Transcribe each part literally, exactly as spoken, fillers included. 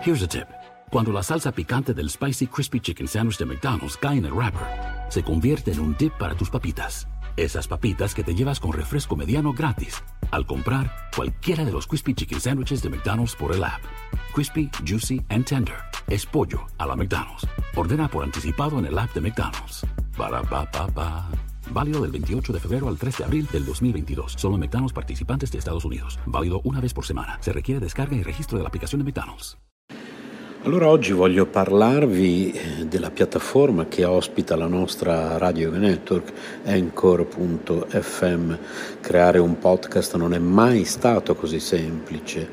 Here's a tip. Cuando la salsa picante del Spicy Crispy Chicken Sandwich de McDonald's cae en el wrapper, se convierte en un dip para tus papitas. Esas papitas que te llevas con refresco mediano gratis al comprar cualquiera de los Crispy Chicken Sandwiches de McDonald's por el app. Crispy, Juicy and Tender. Es pollo a la McDonald's. Ordena por anticipado en el app de McDonald's. Ba ba ba ba. Válido del veintiocho de febrero al tres de abril del dos mil veintidós. Solo en McDonald's participantes de Estados Unidos. Válido una vez por semana. Se requiere descarga y registro de la aplicación de McDonald's. Allora oggi voglio parlarvi della piattaforma che ospita la nostra Radio Network, Anchor punto effe emme. Creare un podcast non è mai stato così semplice.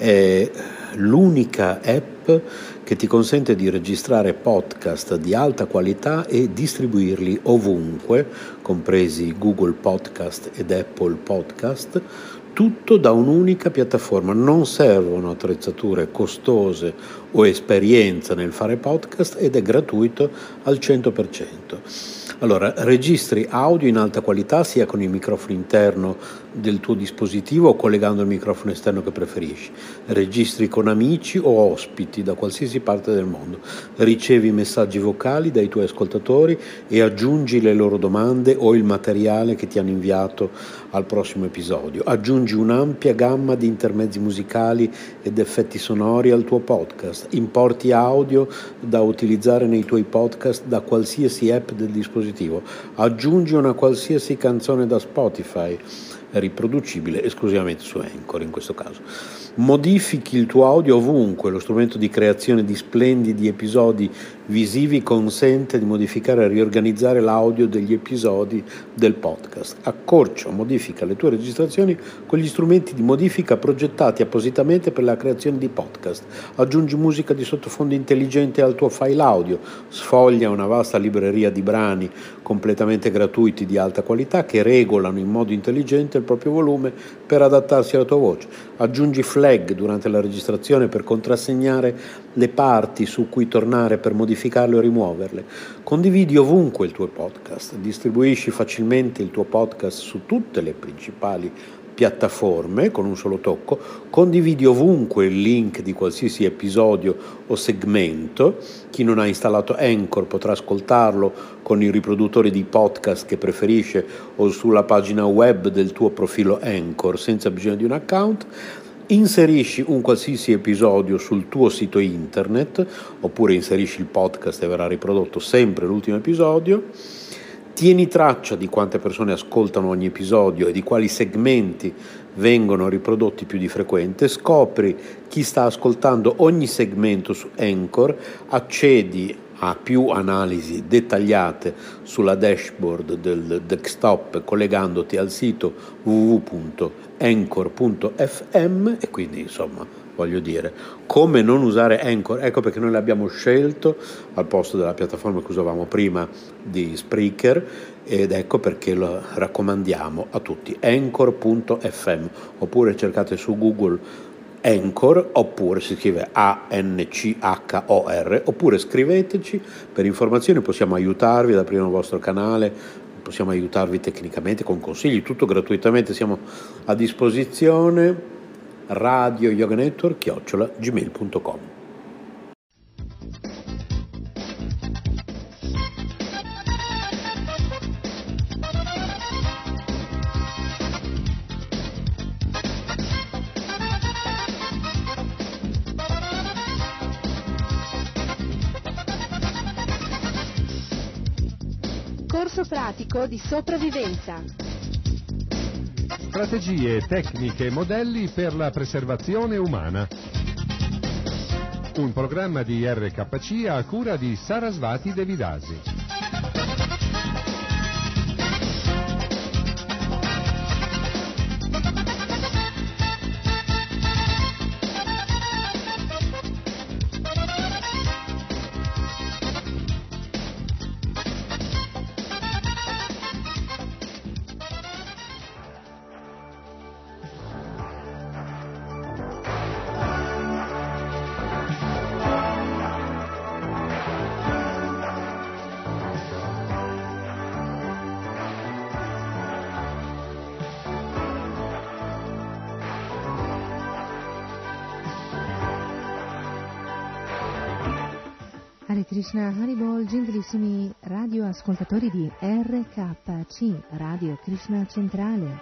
È l'unica app che ti consente di registrare podcast di alta qualità e distribuirli ovunque, compresi Google Podcast ed Apple Podcast, tutto da un'unica piattaforma. Non servono attrezzature costose o esperienza nel fare podcast ed è gratuito al cento per cento. Allora, registri audio in alta qualità sia con il microfono interno del tuo dispositivo o collegando il microfono esterno che preferisci. Registri con amici o ospiti da qualsiasi parte del mondo. Ricevi messaggi vocali dai tuoi ascoltatori e aggiungi le loro domande o il materiale che ti hanno inviato al prossimo episodio. Aggiungi un'ampia gamma di intermezzi musicali ed effetti sonori al tuo podcast. Importi audio da utilizzare nei tuoi podcast da qualsiasi app del dispositivo. Aggiungi una qualsiasi canzone da Spotify, riproducibile esclusivamente su Anchor in questo caso. Modifichi il tuo audio ovunque. Lo strumento di creazione di splendidi episodi visivi consente di modificare e riorganizzare l'audio degli episodi del podcast. Accorcia o modifica le tue registrazioni con gli strumenti di modifica progettati appositamente per la creazione di podcast. Aggiungi musica di sottofondo intelligente al tuo file audio. Sfoglia una vasta libreria di brani completamente gratuiti di alta qualità che regolano in modo intelligente il proprio volume per adattarsi alla tua voce. Aggiungi flag durante la registrazione per contrassegnare le parti su cui tornare per modificarle o rimuoverle. Condividi ovunque il tuo podcast. Distribuisci facilmente il tuo podcast su tutte le principali piattaforme con un solo tocco. Condividi ovunque il link di qualsiasi episodio o segmento. Chi non ha installato Anchor potrà ascoltarlo con i riproduttori di podcast che preferisce o sulla pagina web del tuo profilo Anchor senza bisogno di un account. Inserisci un qualsiasi episodio sul tuo sito internet oppure inserisci il podcast e verrà riprodotto sempre l'ultimo episodio. Tieni traccia di quante persone ascoltano ogni episodio e di quali segmenti vengono riprodotti più di frequente. Scopri chi sta ascoltando ogni segmento su Anchor, accedi a più analisi dettagliate sulla dashboard del desktop collegandoti al sito w w w punto anchor punto effe emme e quindi insomma voglio dire come non usare Anchor. Ecco perché noi l'abbiamo scelto al posto della piattaforma che usavamo prima di Spreaker ed ecco perché lo raccomandiamo a tutti. Anchor punto effe emme oppure cercate su Google Anchor oppure si scrive A N C H O R oppure scriveteci per informazioni, possiamo aiutarvi ad aprire il vostro canale, possiamo aiutarvi tecnicamente con consigli, tutto gratuitamente, siamo a disposizione. Radio Yoga Network chiocciola gmail punto com. Corso pratico di sopravvivenza. Strategie, tecniche e modelli per la preservazione umana. Un programma di erre kappa ci a cura di Sarasvati Devidasi. Hare Krishna, Haribol, gentilissimi radioascoltatori di R K C, Radio Krishna Centrale.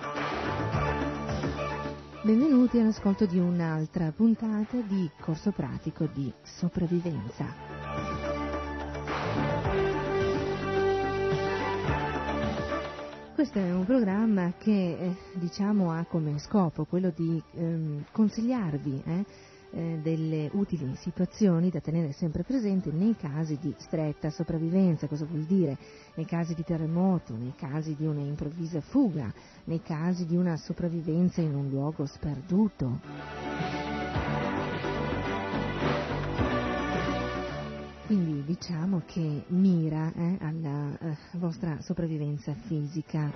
Benvenuti all'ascolto di un'altra puntata di Corso Pratico di Sopravvivenza. Questo è un programma che eh, diciamo ha come scopo quello di ehm, consigliarvi eh, eh, delle utili situazioni da tenere sempre presenti nei casi di stretta sopravvivenza. Cosa vuol dire? Nei casi di terremoto, nei casi di una improvvisa fuga, nei casi di una sopravvivenza in un luogo sperduto. Quindi diciamo che mira eh, alla eh, vostra sopravvivenza fisica.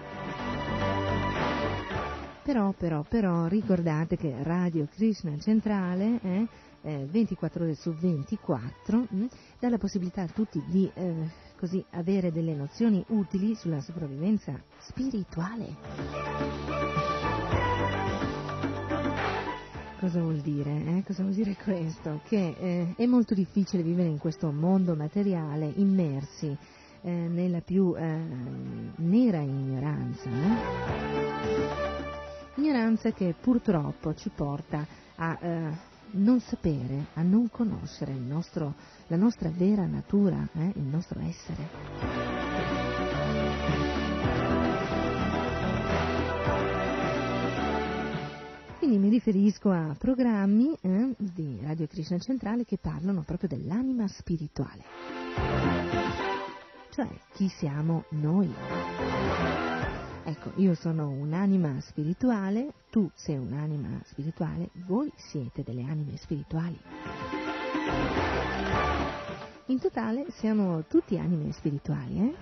Però, però, però, ricordate che Radio Krishna Centrale, eh, eh, ventiquattro ore su ventiquattro, mh, dà la possibilità a tutti di eh, così avere delle nozioni utili sulla sopravvivenza spirituale. Cosa vuol dire? Eh? Cosa vuol dire questo? Che eh, è molto difficile vivere in questo mondo materiale immersi eh, nella più eh, nera ignoranza. Eh? Ignoranza che purtroppo ci porta a eh, non sapere, a non conoscere il nostro, la nostra vera natura, eh? il nostro essere. Quindi mi riferisco a programmi eh, di Radio Krishna Centrale che parlano proprio dell'anima spirituale. Cioè, chi siamo noi? Ecco, io sono un'anima spirituale, tu sei un'anima spirituale, voi siete delle anime spirituali. In totale siamo tutti anime spirituali, eh?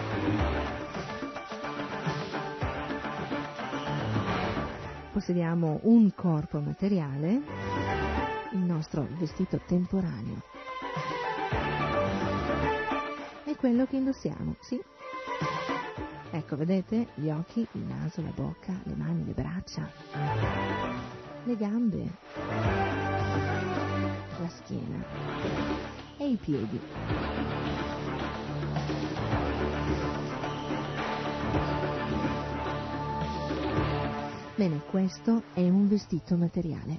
Possediamo un corpo materiale, il nostro vestito temporaneo. È quello che indossiamo, sì. Ecco, vedete? Gli occhi, il naso, la bocca, le mani, le braccia, le gambe, la schiena e i piedi. Bene, questo è un vestito materiale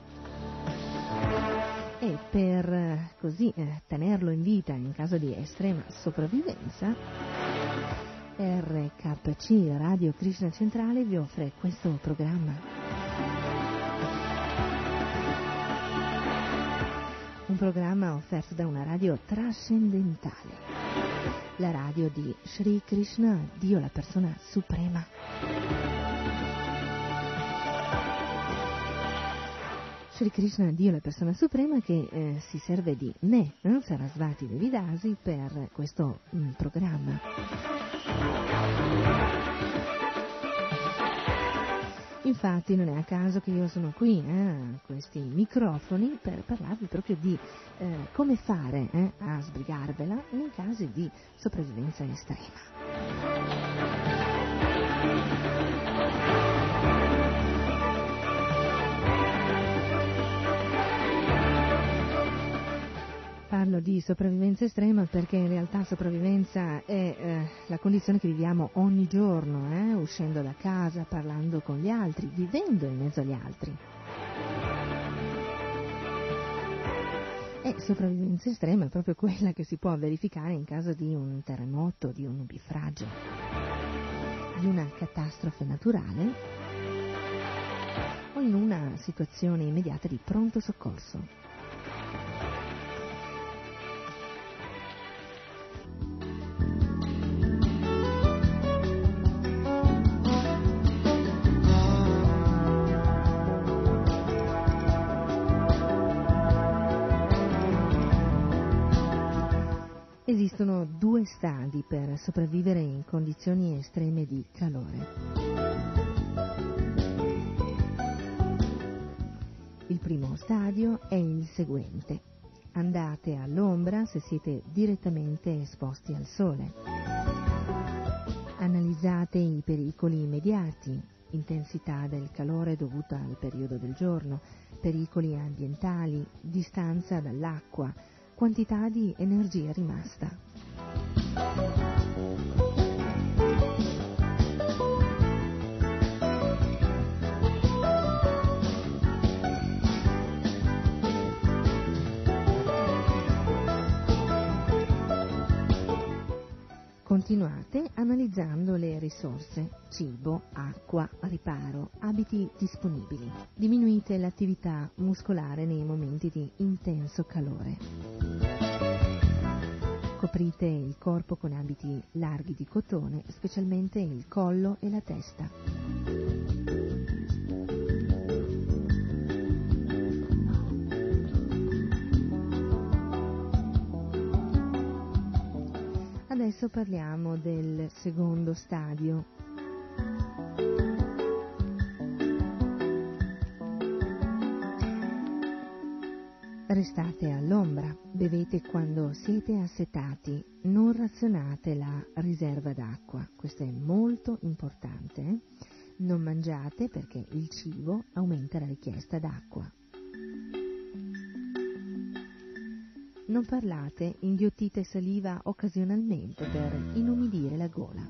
e per così eh, tenerlo in vita in caso di estrema sopravvivenza, R K C Radio Krishna Centrale vi offre questo programma. Un programma offerto da una radio trascendentale, la radio di Shri Krishna, Dio la persona suprema. Shri Krishna, Dio la persona suprema, che eh, si serve di me, eh, Sarasvati Devidasi, per questo mm, programma. Infatti non è a caso che io sono qui eh, a questi microfoni per parlarvi proprio di eh, come fare eh, a sbrigarvela nei casi di sopravvivenza estrema. Parlo di sopravvivenza estrema perché in realtà sopravvivenza è eh, la condizione che viviamo ogni giorno, eh, uscendo da casa, parlando con gli altri, vivendo in mezzo agli altri. E sopravvivenza estrema è proprio quella che si può verificare in caso di un terremoto, di un nubifragio, di una catastrofe naturale o in una situazione immediata di pronto soccorso. Esistono due stadi per sopravvivere in condizioni estreme di calore. Il primo stadio è il seguente: andate all'ombra se siete direttamente esposti al sole. Analizzate i pericoli immediati, intensità del calore dovuta al periodo del giorno, pericoli ambientali, distanza dall'acqua, quantità di energia rimasta. Continuate analizzando le risorse, cibo, acqua, riparo, abiti disponibili. Diminuite l'attività muscolare nei momenti di intenso calore. Coprite il corpo con abiti larghi di cotone, specialmente il collo e la testa. Adesso parliamo del secondo stadio. Restate all'ombra, bevete quando siete assetati, non razionate la riserva d'acqua, questo è molto importante. Eh? Non mangiate perché il cibo aumenta la richiesta d'acqua. Non parlate, inghiottite saliva occasionalmente per inumidire la gola.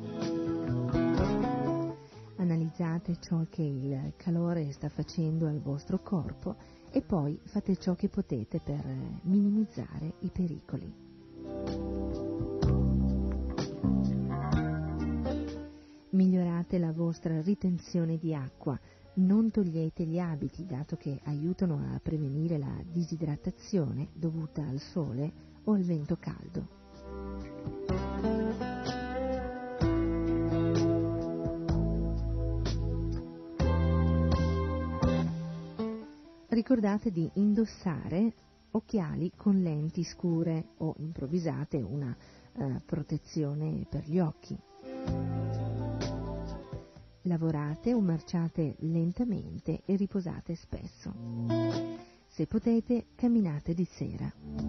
Analizzate ciò che il calore sta facendo al vostro corpo e poi fate ciò che potete per minimizzare i pericoli. Migliorate la vostra ritenzione di acqua. Non togliete gli abiti, dato che aiutano a prevenire la disidratazione dovuta al sole o al vento caldo. Ricordate di indossare occhiali con lenti scure o improvvisate una uh, protezione per gli occhi. Lavorate o marciate lentamente e riposate spesso. Se potete, camminate di sera.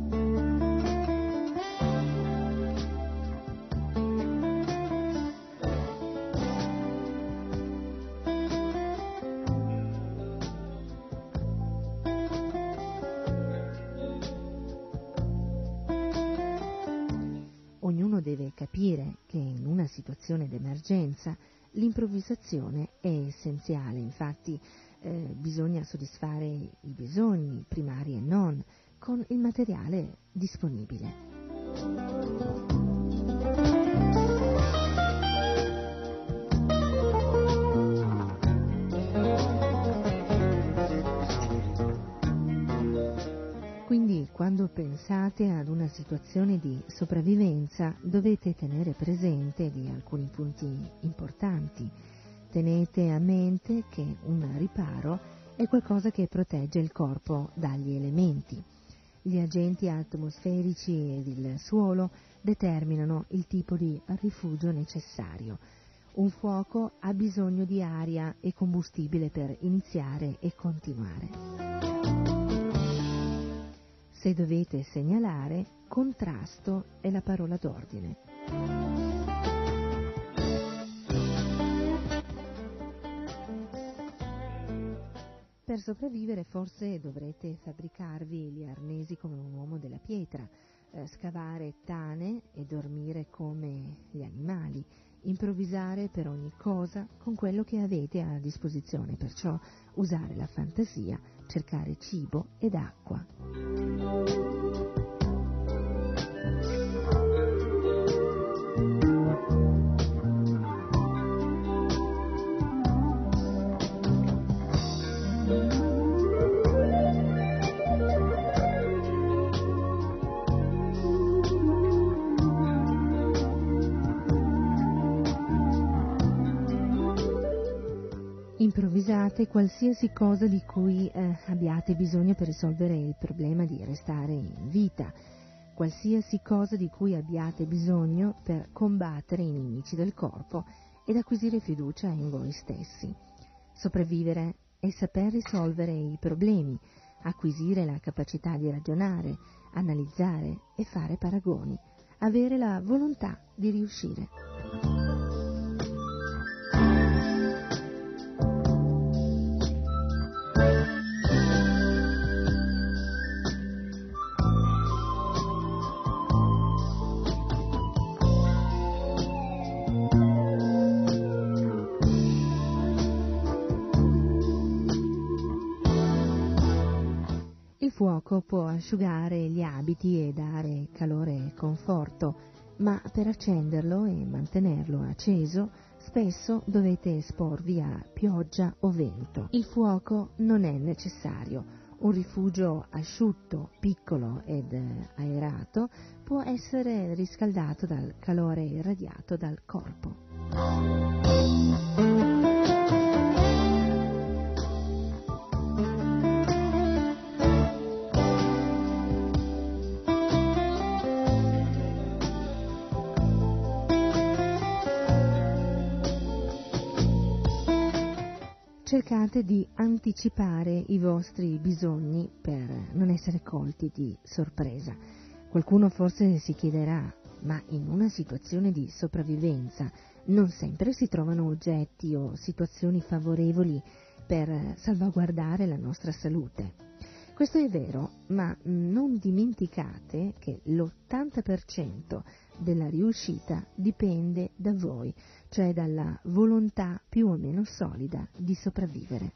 Ognuno deve capire che in una situazione d'emergenza l'improvvisazione è essenziale, infatti eh, bisogna soddisfare i bisogni, primari e non, con il materiale disponibile. Quindi, quando pensate ad una situazione di sopravvivenza, dovete tenere presente di alcuni punti importanti. Tenete a mente che un riparo è qualcosa che protegge il corpo dagli elementi. Gli agenti atmosferici ed il suolo determinano il tipo di rifugio necessario. Un fuoco ha bisogno di aria e combustibile per iniziare e continuare. Se dovete segnalare, contrasto è la parola d'ordine. Per sopravvivere forse dovrete fabbricarvi gli arnesi come un uomo della pietra, eh, scavare tane e dormire come gli animali, improvvisare per ogni cosa con quello che avete a disposizione, perciò usare la fantasia, cercare cibo ed acqua. Improvvisate qualsiasi cosa di cui eh, abbiate bisogno per risolvere il problema di restare in vita, qualsiasi cosa di cui abbiate bisogno per combattere i nemici del corpo ed acquisire fiducia in voi stessi. Sopravvivere è saper risolvere i problemi, acquisire la capacità di ragionare, analizzare e fare paragoni, avere la volontà di riuscire. fuoco può asciugare gli abiti e dare calore e conforto, ma per accenderlo e mantenerlo acceso spesso dovete esporvi a pioggia o vento. Il fuoco non è necessario. Un rifugio asciutto, piccolo ed aerato può essere riscaldato dal calore irradiato dal corpo. Cercate di anticipare i vostri bisogni per non essere colti di sorpresa. Qualcuno forse si chiederà, ma in una situazione di sopravvivenza non sempre si trovano oggetti o situazioni favorevoli per salvaguardare la nostra salute. Questo è vero, ma non dimenticate che l'ottanta per cento della riuscita dipende da voi, cioè dalla volontà più o meno solida di sopravvivere.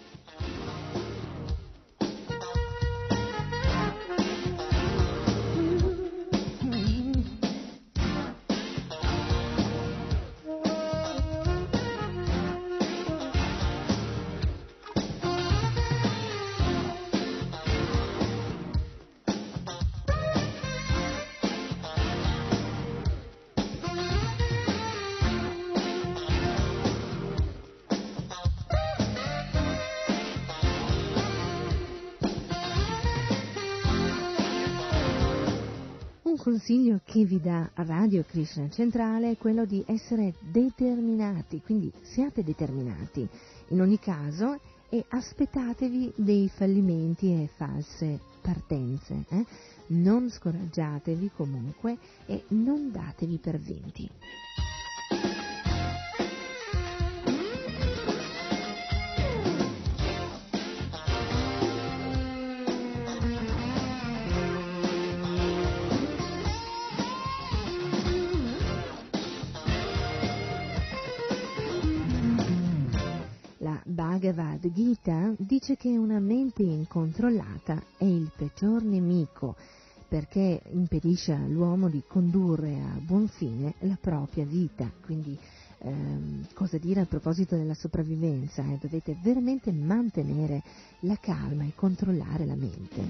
Un consiglio che vi dà Radio Krishna Centrale è quello di essere determinati, quindi siate determinati in ogni caso e aspettatevi dei fallimenti e false partenze. Eh? Non scoraggiatevi comunque e non datevi per vinti. Bhagavad Gita dice che una mente incontrollata è il peggior nemico perché impedisce all'uomo di condurre a buon fine la propria vita. Quindi ehm, cosa dire a proposito della sopravvivenza? Eh? Dovete veramente mantenere la calma e controllare la mente.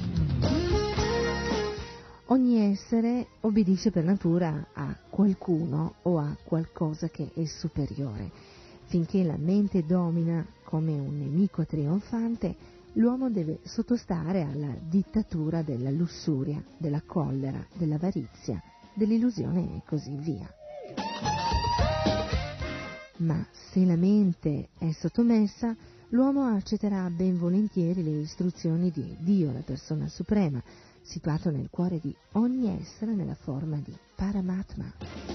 Ogni essere obbedisce per natura a qualcuno o a qualcosa che è superiore. Finché la mente domina come un nemico trionfante, l'uomo deve sottostare alla dittatura della lussuria, della collera, dell'avarizia, dell'illusione e così via. Ma se la mente è sottomessa, l'uomo accetterà ben volentieri le istruzioni di Dio, la persona suprema, situato nel cuore di ogni essere nella forma di Paramatma.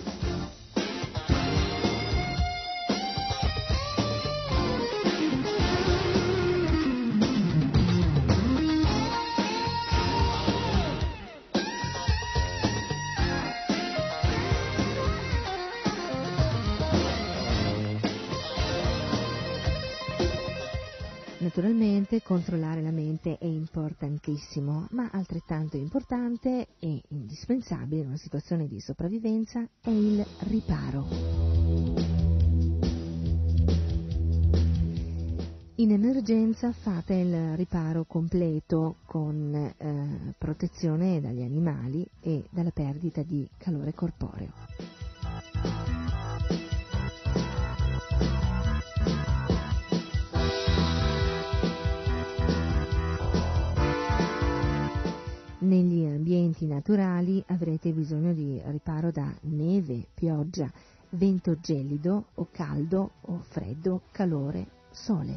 Naturalmente controllare la mente è importantissimo, ma altrettanto importante e indispensabile in una situazione di sopravvivenza è il riparo. In emergenza fate il riparo completo con eh, protezione dagli animali e dalla perdita di calore corporeo. Negli ambienti naturali avrete bisogno di riparo da neve, pioggia, vento gelido o caldo o freddo, calore, sole.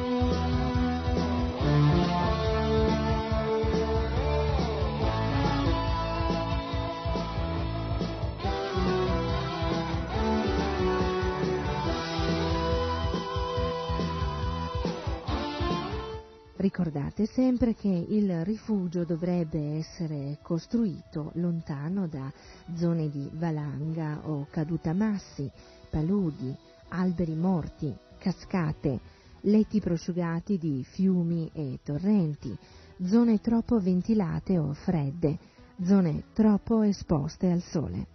Ricordate sempre che il rifugio dovrebbe essere costruito lontano da zone di valanga o cadutamassi, paludi, alberi morti, cascate, letti prosciugati di fiumi e torrenti, zone troppo ventilate o fredde, zone troppo esposte al sole.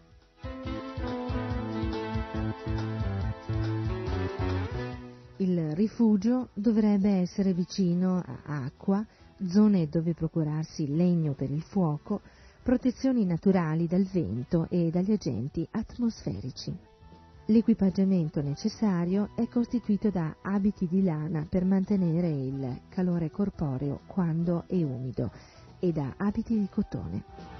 Il rifugio dovrebbe essere vicino a acqua, zone dove procurarsi legno per il fuoco, protezioni naturali dal vento e dagli agenti atmosferici. L'equipaggiamento necessario è costituito da abiti di lana per mantenere il calore corporeo quando è umido e da abiti di cotone.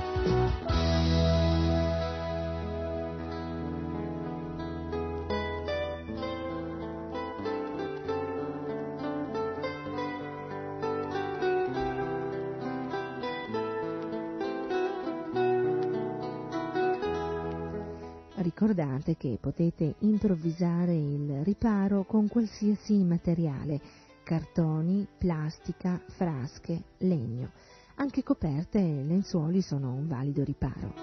Ricordate che potete improvvisare il riparo con qualsiasi materiale, cartoni, plastica, frasche, legno. Anche coperte e lenzuoli sono un valido riparo.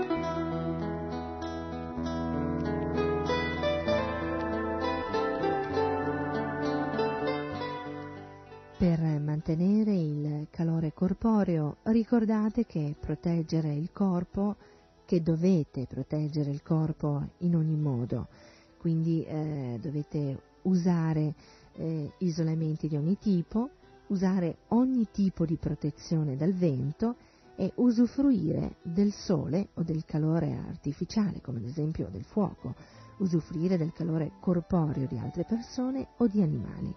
Per mantenere il calore corporeo, ricordate che proteggere il corpo che dovete proteggere il corpo in ogni modo, quindi eh, dovete usare eh, isolamenti di ogni tipo, usare ogni tipo di protezione dal vento e usufruire del sole o del calore artificiale, come ad esempio del fuoco, usufruire del calore corporeo di altre persone o di animali.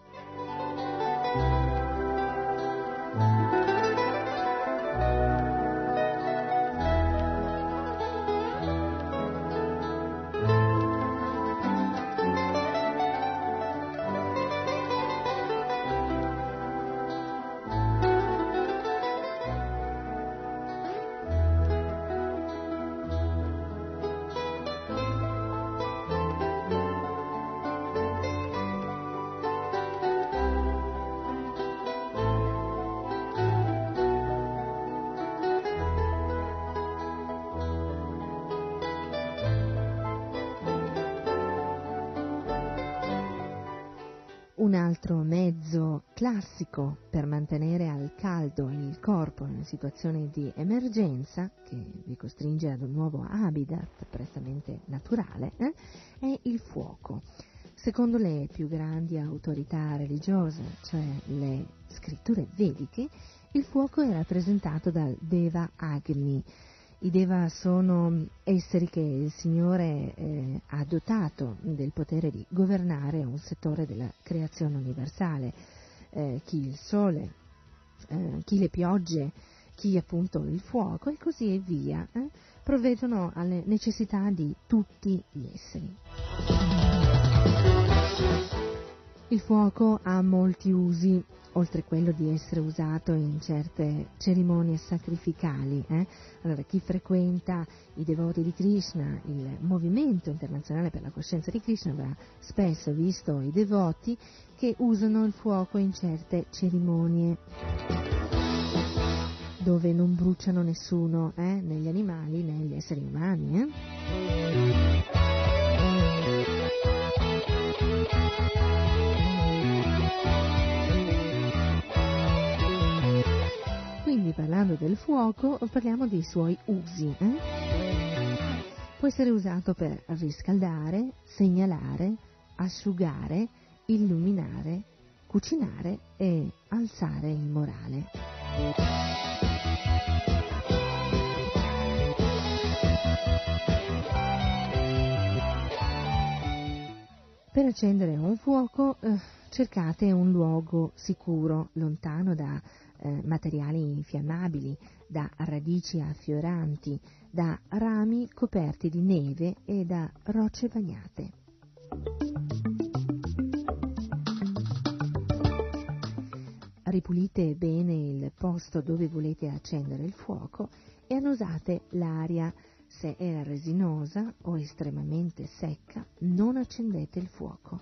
Un altro mezzo classico per mantenere al caldo il corpo in una situazione di emergenza, che vi costringe ad un nuovo habitat prettamente naturale, eh, è il fuoco. Secondo le più grandi autorità religiose, cioè le scritture vediche, il fuoco è rappresentato dal Deva Agni. I Deva sono esseri che il Signore eh, ha dotato del potere di governare un settore della creazione universale, eh, chi il sole, eh, chi le piogge, chi appunto il fuoco e così via, eh, provvedono alle necessità di tutti gli esseri. Il fuoco ha molti usi, oltre quello di essere usato in certe cerimonie sacrificali. Eh? Allora, chi frequenta i devoti di Krishna, il movimento internazionale per la coscienza di Krishna, avrà spesso visto i devoti che usano il fuoco in certe cerimonie dove non bruciano nessuno, eh? Né gli animali né gli esseri umani. Eh? Quindi, parlando del fuoco, parliamo dei suoi usi. Eh? Può essere usato per riscaldare, segnalare, asciugare, illuminare, cucinare e alzare il morale. Per accendere un fuoco eh, cercate un luogo sicuro, lontano da eh, materiali infiammabili, da radici affioranti, da rami coperti di neve e da rocce bagnate. Ripulite bene il posto dove volete accendere il fuoco e annusate l'aria. Se è resinosa o estremamente secca, non accendete il fuoco.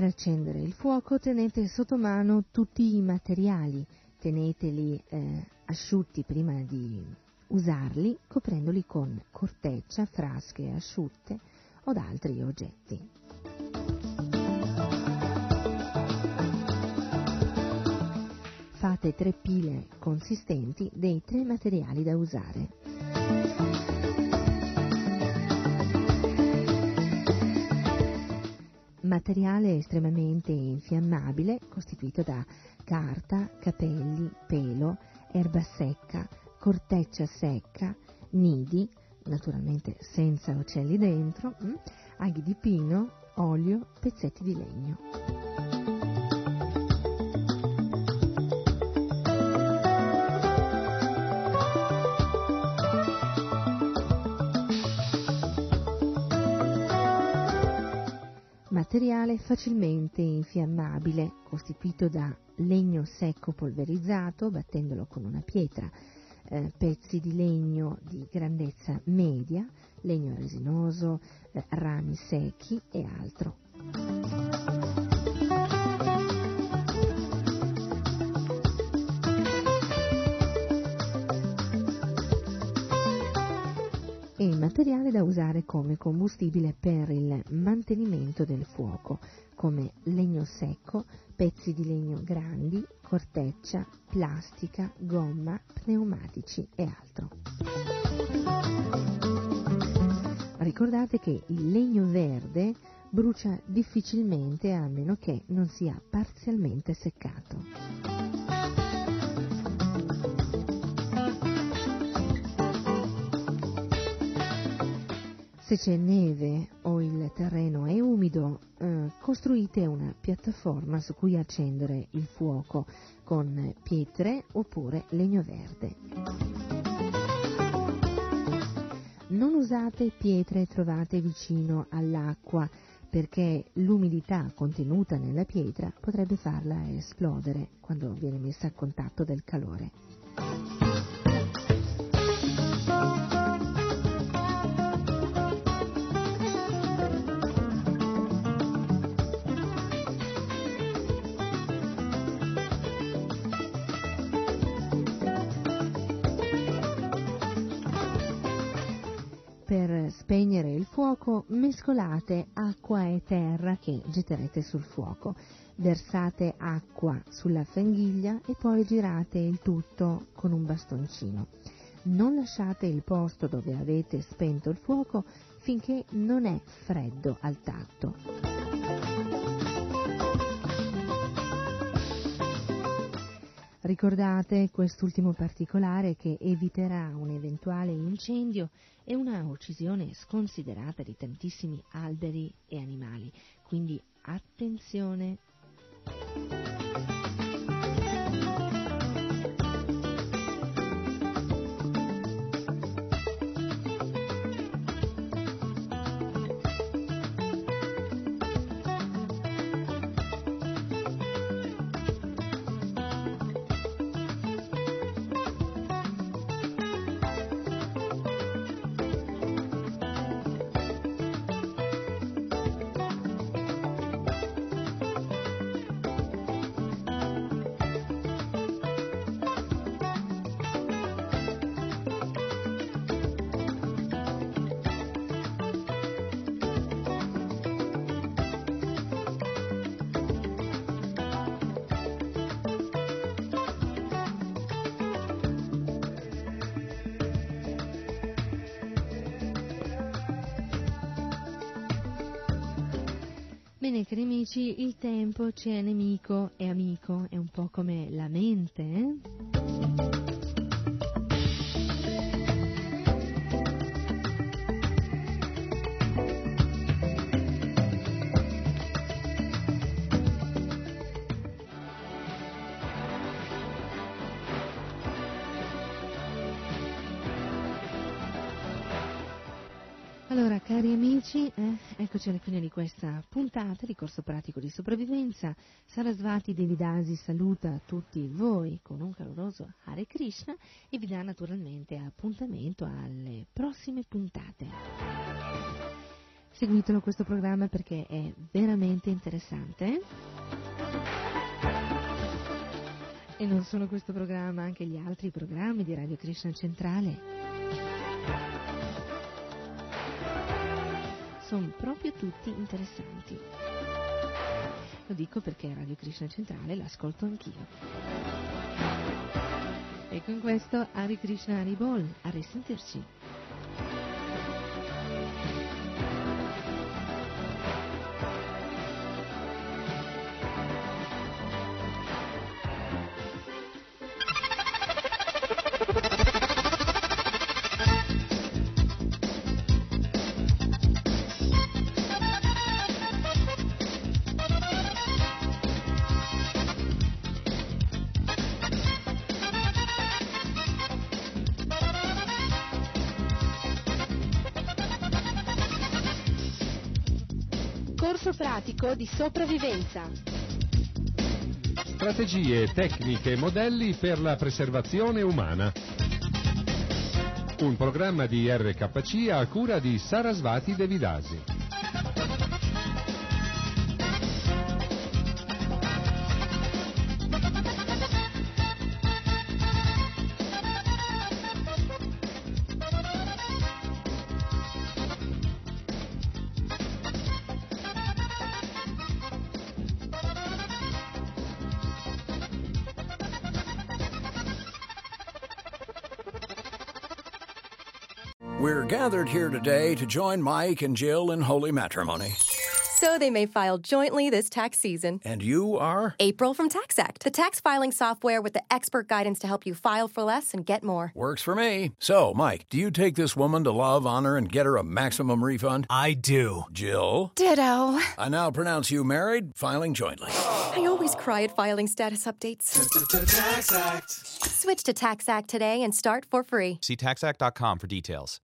Per accendere il fuoco tenete sotto mano tutti i materiali, teneteli eh, asciutti prima di usarli, coprendoli con corteccia, frasche asciutte o da altri oggetti. Fate tre pile consistenti dei tre materiali da usare. Materiale estremamente infiammabile costituito da carta, capelli, pelo, erba secca, corteccia secca, nidi, naturalmente senza uccelli dentro, hm? aghi di pino, olio, pezzetti di legno. Materiale facilmente infiammabile, costituito da legno secco polverizzato, battendolo con una pietra, eh, pezzi di legno di grandezza media, legno resinoso, eh, rami secchi e altro. E il materiale da usare come combustibile per il mantenimento del fuoco, come legno secco, pezzi di legno grandi, corteccia, plastica, gomma, pneumatici e altro. Ricordate che il legno verde brucia difficilmente a meno che non sia parzialmente seccato. Se c'è neve o il terreno è umido, eh, costruite una piattaforma su cui accendere il fuoco con pietre oppure legno verde. Non usate pietre trovate vicino all'acqua perché l'umidità contenuta nella pietra potrebbe farla esplodere quando viene messa a contatto del calore. Per spegnere il fuoco mescolate acqua e terra che getterete sul fuoco, versate acqua sulla fanghiglia e poi girate il tutto con un bastoncino. Non lasciate il posto dove avete spento il fuoco finché non è freddo al tatto. Ricordate quest'ultimo particolare che eviterà un eventuale incendio e una uccisione sconsiderata di tantissimi alberi e animali. Quindi attenzione! Bene, cari amici, il tempo ci è nemico e amico, è un po' come la mente, eh? Allora, cari amici, eh, eccoci alla fine di questa puntata di Corso Pratico di Sopravvivenza. Sarasvati Devidasi saluta tutti voi con un caloroso Hare Krishna e vi dà naturalmente appuntamento alle prossime puntate. seguitelo questo programma perché è veramente interessante. E non solo questo programma, anche gli altri programmi di Radio Krishna Centrale sono proprio tutti interessanti. Lo dico perché Radio Krishna Centrale l'ascolto anch'io. E con questo Hare Krishna Hare Bol, a risentirci. Corso pratico di sopravvivenza. Strategie, tecniche e modelli per la preservazione umana. Un programma di R K C a cura di Sarasvati Devidasi. We're gathered here today to join Mike and Jill in holy matrimony. So they may file jointly this tax season. And you are? April from TaxAct, the tax filing software with the expert guidance to help you file for less and get more. Works for me. So, Mike, do you take this woman to love, honor, and get her a maximum refund? I do. Jill? Ditto. I now pronounce you married, filing jointly. I always cry at filing status updates. TaxAct. Switch to TaxAct today and start for free. See tax act dot com for details.